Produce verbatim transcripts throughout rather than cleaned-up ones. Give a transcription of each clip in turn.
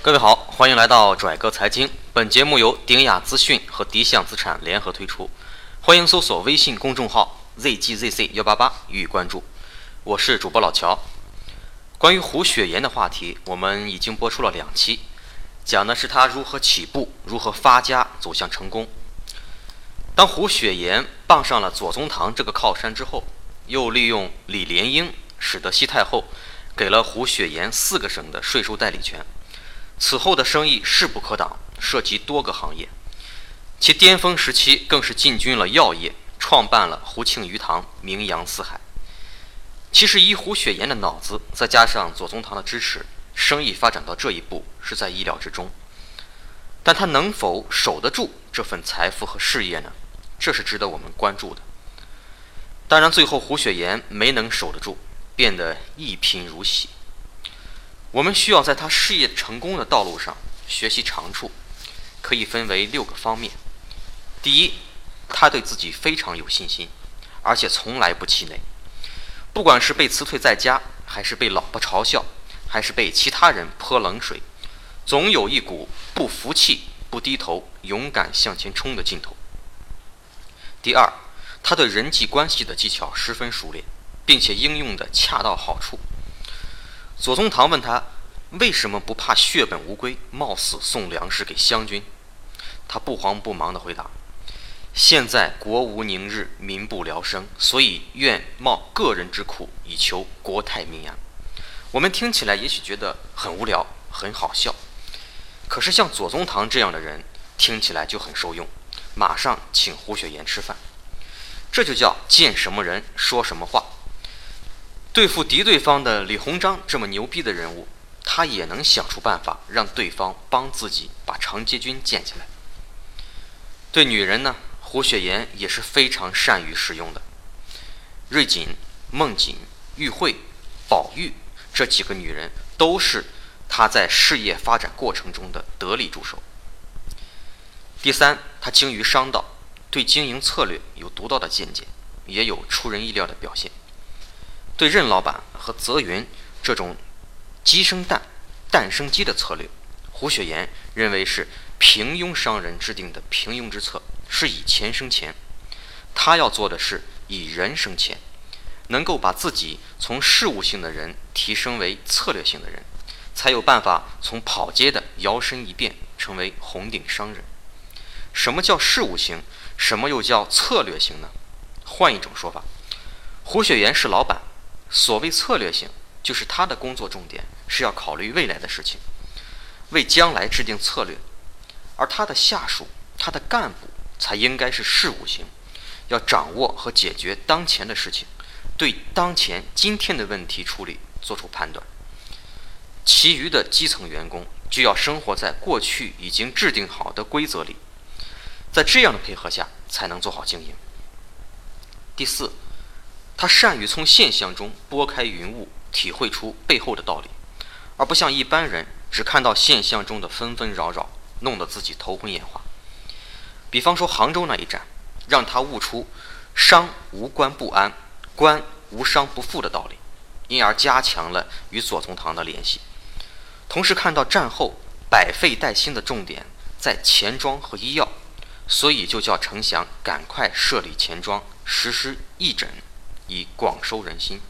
各位好，欢迎来到拽哥财经。本节目由鼎雅资讯和迪象资产联合推出，欢迎搜索微信公众号 Z G Z C 一八八予以关注。我是主播老乔。关于胡雪岩的话题，我们已经播出了两期，讲的是他如何起步，如何发家，走向成功。当胡雪岩傍上了左宗棠这个靠山之后，又利用李莲英使得西太后给了胡雪岩四个省的税收代理权。此后的生意势不可挡，涉及多个行业，其巅峰时期更是进军了药业，创办了胡庆余堂，名扬四海。其实以胡雪岩的脑子，再加上左宗棠的支持，生意发展到这一步是在意料之中。但他能否守得住这份财富和事业呢？这是值得我们关注的。当然最后胡雪岩没能守得住，变得一贫如洗。我们需要在他事业成功的道路上学习长处，可以分为六个方面。第一，他对自己非常有信心，而且从来不气馁。不管是被辞退在家，还是被老婆嘲笑，还是被其他人泼冷水，总有一股不服气、不低头、勇敢向前冲的劲头。第二，他对人际关系的技巧十分熟练，并且应用的恰到好处。左宗棠问他为什么不怕血本无归，冒死送粮食给湘军，他不慌不忙地回答：现在国无宁日，民不聊生，所以愿冒个人之苦，以求国泰民安。我们听起来也许觉得很无聊，很好笑，可是像左宗棠这样的人听起来就很受用，马上请胡雪岩吃饭。这就叫见什么人说什么话。对付敌对方的李鸿章这么牛逼的人物，他也能想出办法让对方帮自己把长街军建起来。对女人呢，胡雪岩也是非常善于使用的。瑞锦、孟锦、玉慧、宝玉这几个女人都是他在事业发展过程中的得力助手。第三，他精于商道，对经营策略有独到的见解，也有出人意料的表现。对任老板和泽云这种鸡生蛋、蛋生鸡的策略，胡雪岩认为是平庸商人制定的平庸之策，是以钱生钱。他要做的是以人生钱，能够把自己从事务性的人提升为策略性的人，才有办法从跑街的摇身一变成为红顶商人。什么叫事务性？什么又叫策略性呢？换一种说法，胡雪岩是老板，所谓策略性，就是他的工作重点是要考虑未来的事情，为将来制定策略，而他的下属、他的干部才应该是事务性，要掌握和解决当前的事情，对当前今天的问题处理做出判断。其余的基层员工就要生活在过去已经制定好的规则里，在这样的配合下才能做好经营。第四，他善于从现象中拨开云雾，体会出背后的道理，而不像一般人只看到现象中的纷纷扰扰，弄得自己头昏眼花。比方说杭州那一战，让他悟出商无官不安，官无商不富的道理，因而加强了与左宗棠的联系。同时看到战后百废待兴的重点在钱庄和医药，所以就叫丞相赶快设立钱庄，实施义诊，以广收人心。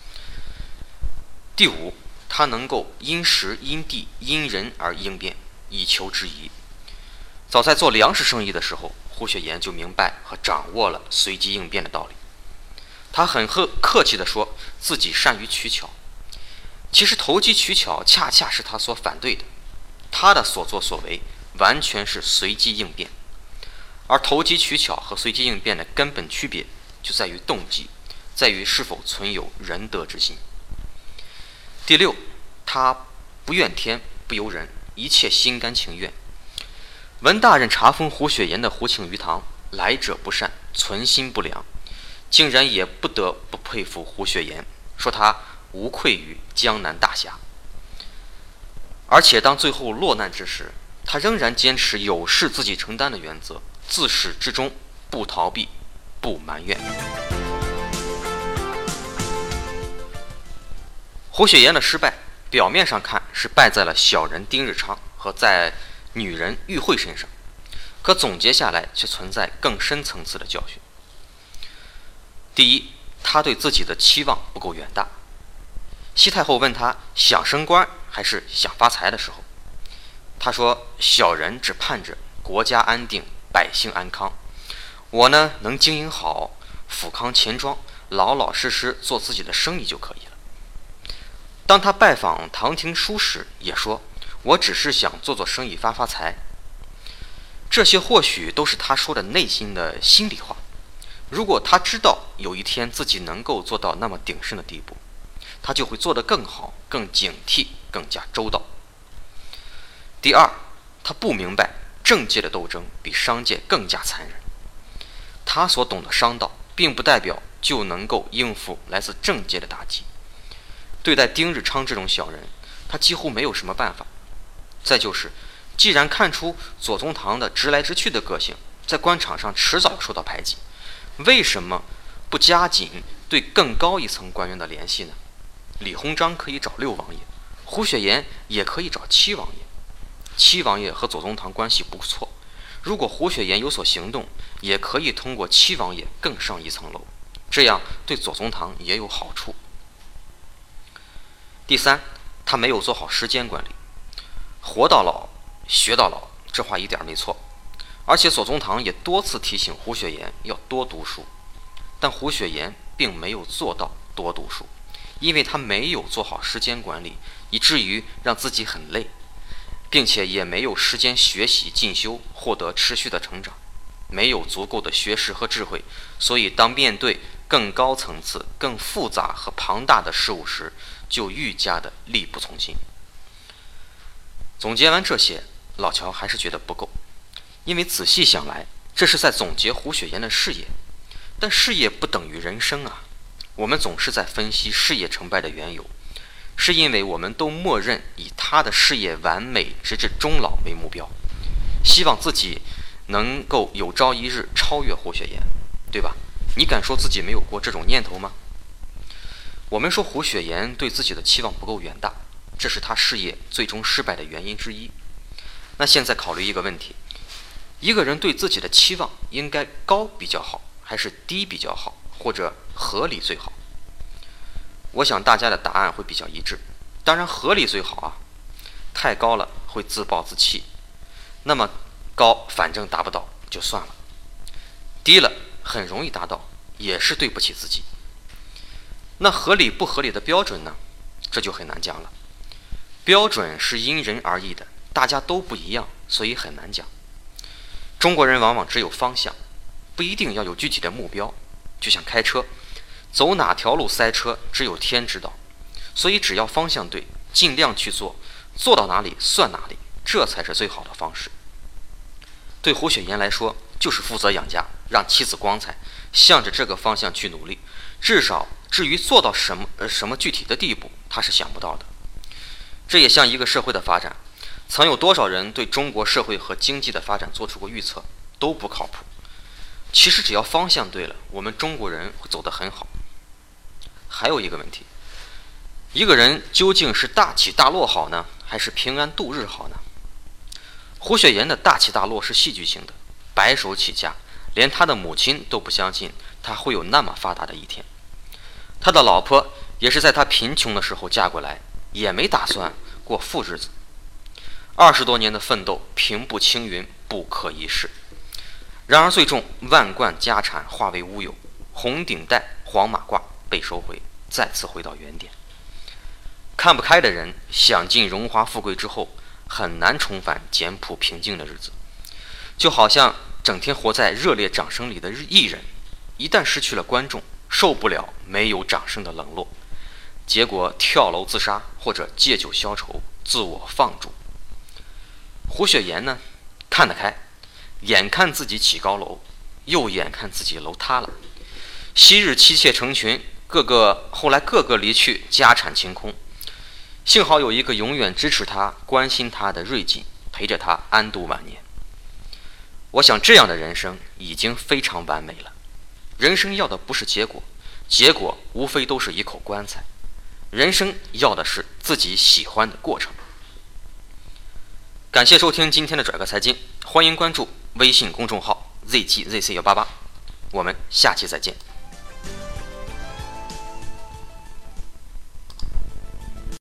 第五，他能够因时因地因人而应变，以求制宜。早在做粮食生意的时候，胡雪岩就明白和掌握了随机应变的道理。他很客气地说自己善于取巧，其实投机取巧恰恰是他所反对的。他的所作所为完全是随机应变，而投机取巧和随机应变的根本区别就在于动机，在于是否存有仁德之心。第六，他不怨天不由人，一切心甘情愿。文大人查封胡雪岩的胡庆余堂，来者不善，存心不良，竟然也不得不佩服胡雪岩，说他无愧于江南大侠。而且当最后落难之时，他仍然坚持有事自己承担的原则，自始至终不逃避，不埋怨。胡雪岩的失败表面上看是败在了小人丁日昌和在女人玉慧身上，可总结下来却存在更深层次的教训。第一，他对自己的期望不够远大。西太后问他想升官还是想发财的时候，他说小人只盼着国家安定，百姓安康，我呢能经营好富康钱庄，老老实实做自己的生意就可以了。当他拜访唐廷枢时，也说我只是想做做生意发发财。这些或许都是他说的内心的心里话。如果他知道有一天自己能够做到那么鼎盛的地步，他就会做得更好，更警惕，更加周到。第二，他不明白政界的斗争比商界更加残忍。他所懂的商道，并不代表就能够应付来自政界的打击。对待丁日昌这种小人，他几乎没有什么办法。再就是，既然看出左宗棠的直来直去的个性在官场上迟早受到排挤，为什么不加紧对更高一层官员的联系呢？李鸿章可以找六王爷，胡雪岩也可以找七王爷。七王爷和左宗棠关系不错，如果胡雪岩有所行动，也可以通过七王爷更上一层楼，这样对左宗棠也有好处。第三，他没有做好时间管理。活到老学到老，这话一点没错。而且左宗棠也多次提醒胡雪岩要多读书，但胡雪岩并没有做到多读书，因为他没有做好时间管理，以至于让自己很累，并且也没有时间学习进修，获得持续的成长，没有足够的学识和智慧，所以当面对更高层次、更复杂和庞大的事物时，就愈加的力不从心。总结完这些，老乔还是觉得不够，因为仔细想来，这是在总结胡雪岩的事业，但事业不等于人生啊。我们总是在分析事业成败的缘由，是因为我们都默认以他的事业完美直至终老为目标，希望自己能够有朝一日超越胡雪岩，对吧？你敢说自己没有过这种念头吗？我们说胡雪岩对自己的期望不够远大，这是他事业最终失败的原因之一。那现在考虑一个问题，一个人对自己的期望应该高比较好，还是低比较好，或者合理最好？我想大家的答案会比较一致。当然合理最好啊，太高了会自暴自弃，那么高反正达不到就算了，低了很容易达到，也是对不起自己。那合理不合理的标准呢？这就很难讲了。标准是因人而异的，大家都不一样，所以很难讲。中国人往往只有方向，不一定要有具体的目标。就像开车，走哪条路塞车，只有天知道。所以只要方向对，尽量去做，做到哪里算哪里，这才是最好的方式。对胡雪岩来说，就是负责养家，让妻子光彩，向着这个方向去努力。至少至于做到什么呃什么具体的地步，他是想不到的。这也像一个社会的发展，曾有多少人对中国社会和经济的发展做出过预测，都不靠谱。其实只要方向对了，我们中国人会走得很好。还有一个问题，一个人究竟是大起大落好呢，还是平安度日好呢？胡雪岩的大起大落是戏剧性的，白手起家，连他的母亲都不相信他会有那么发达的一天。他的老婆也是在他贫穷的时候嫁过来，也没打算过富日子。二十多年的奋斗，平步青云，不可一世。然而最终万贯家产化为乌有，红顶戴黄马褂被收回，再次回到原点。看不开的人享尽荣华富贵之后，很难重返简朴平静的日子。就好像整天活在热烈掌声里的艺人，一旦失去了观众，受不了没有掌声的冷落，结果跳楼自杀或者借酒消愁，自我放逐。胡雪岩呢，看得开，眼看自己起高楼，又眼看自己楼塌了。昔日妻妾成群，个个后来个个离去，家产清空。幸好有一个永远支持他、关心他的瑞锦，陪着他安度晚年。我想这样的人生已经非常完美了。人生要的不是结果，结果无非都是一口棺材。 人生要的是自己喜欢的过程。感谢收听今天的拽哥财经，欢迎关注微信公众号 Z G Z C 一八八，我们下期再见。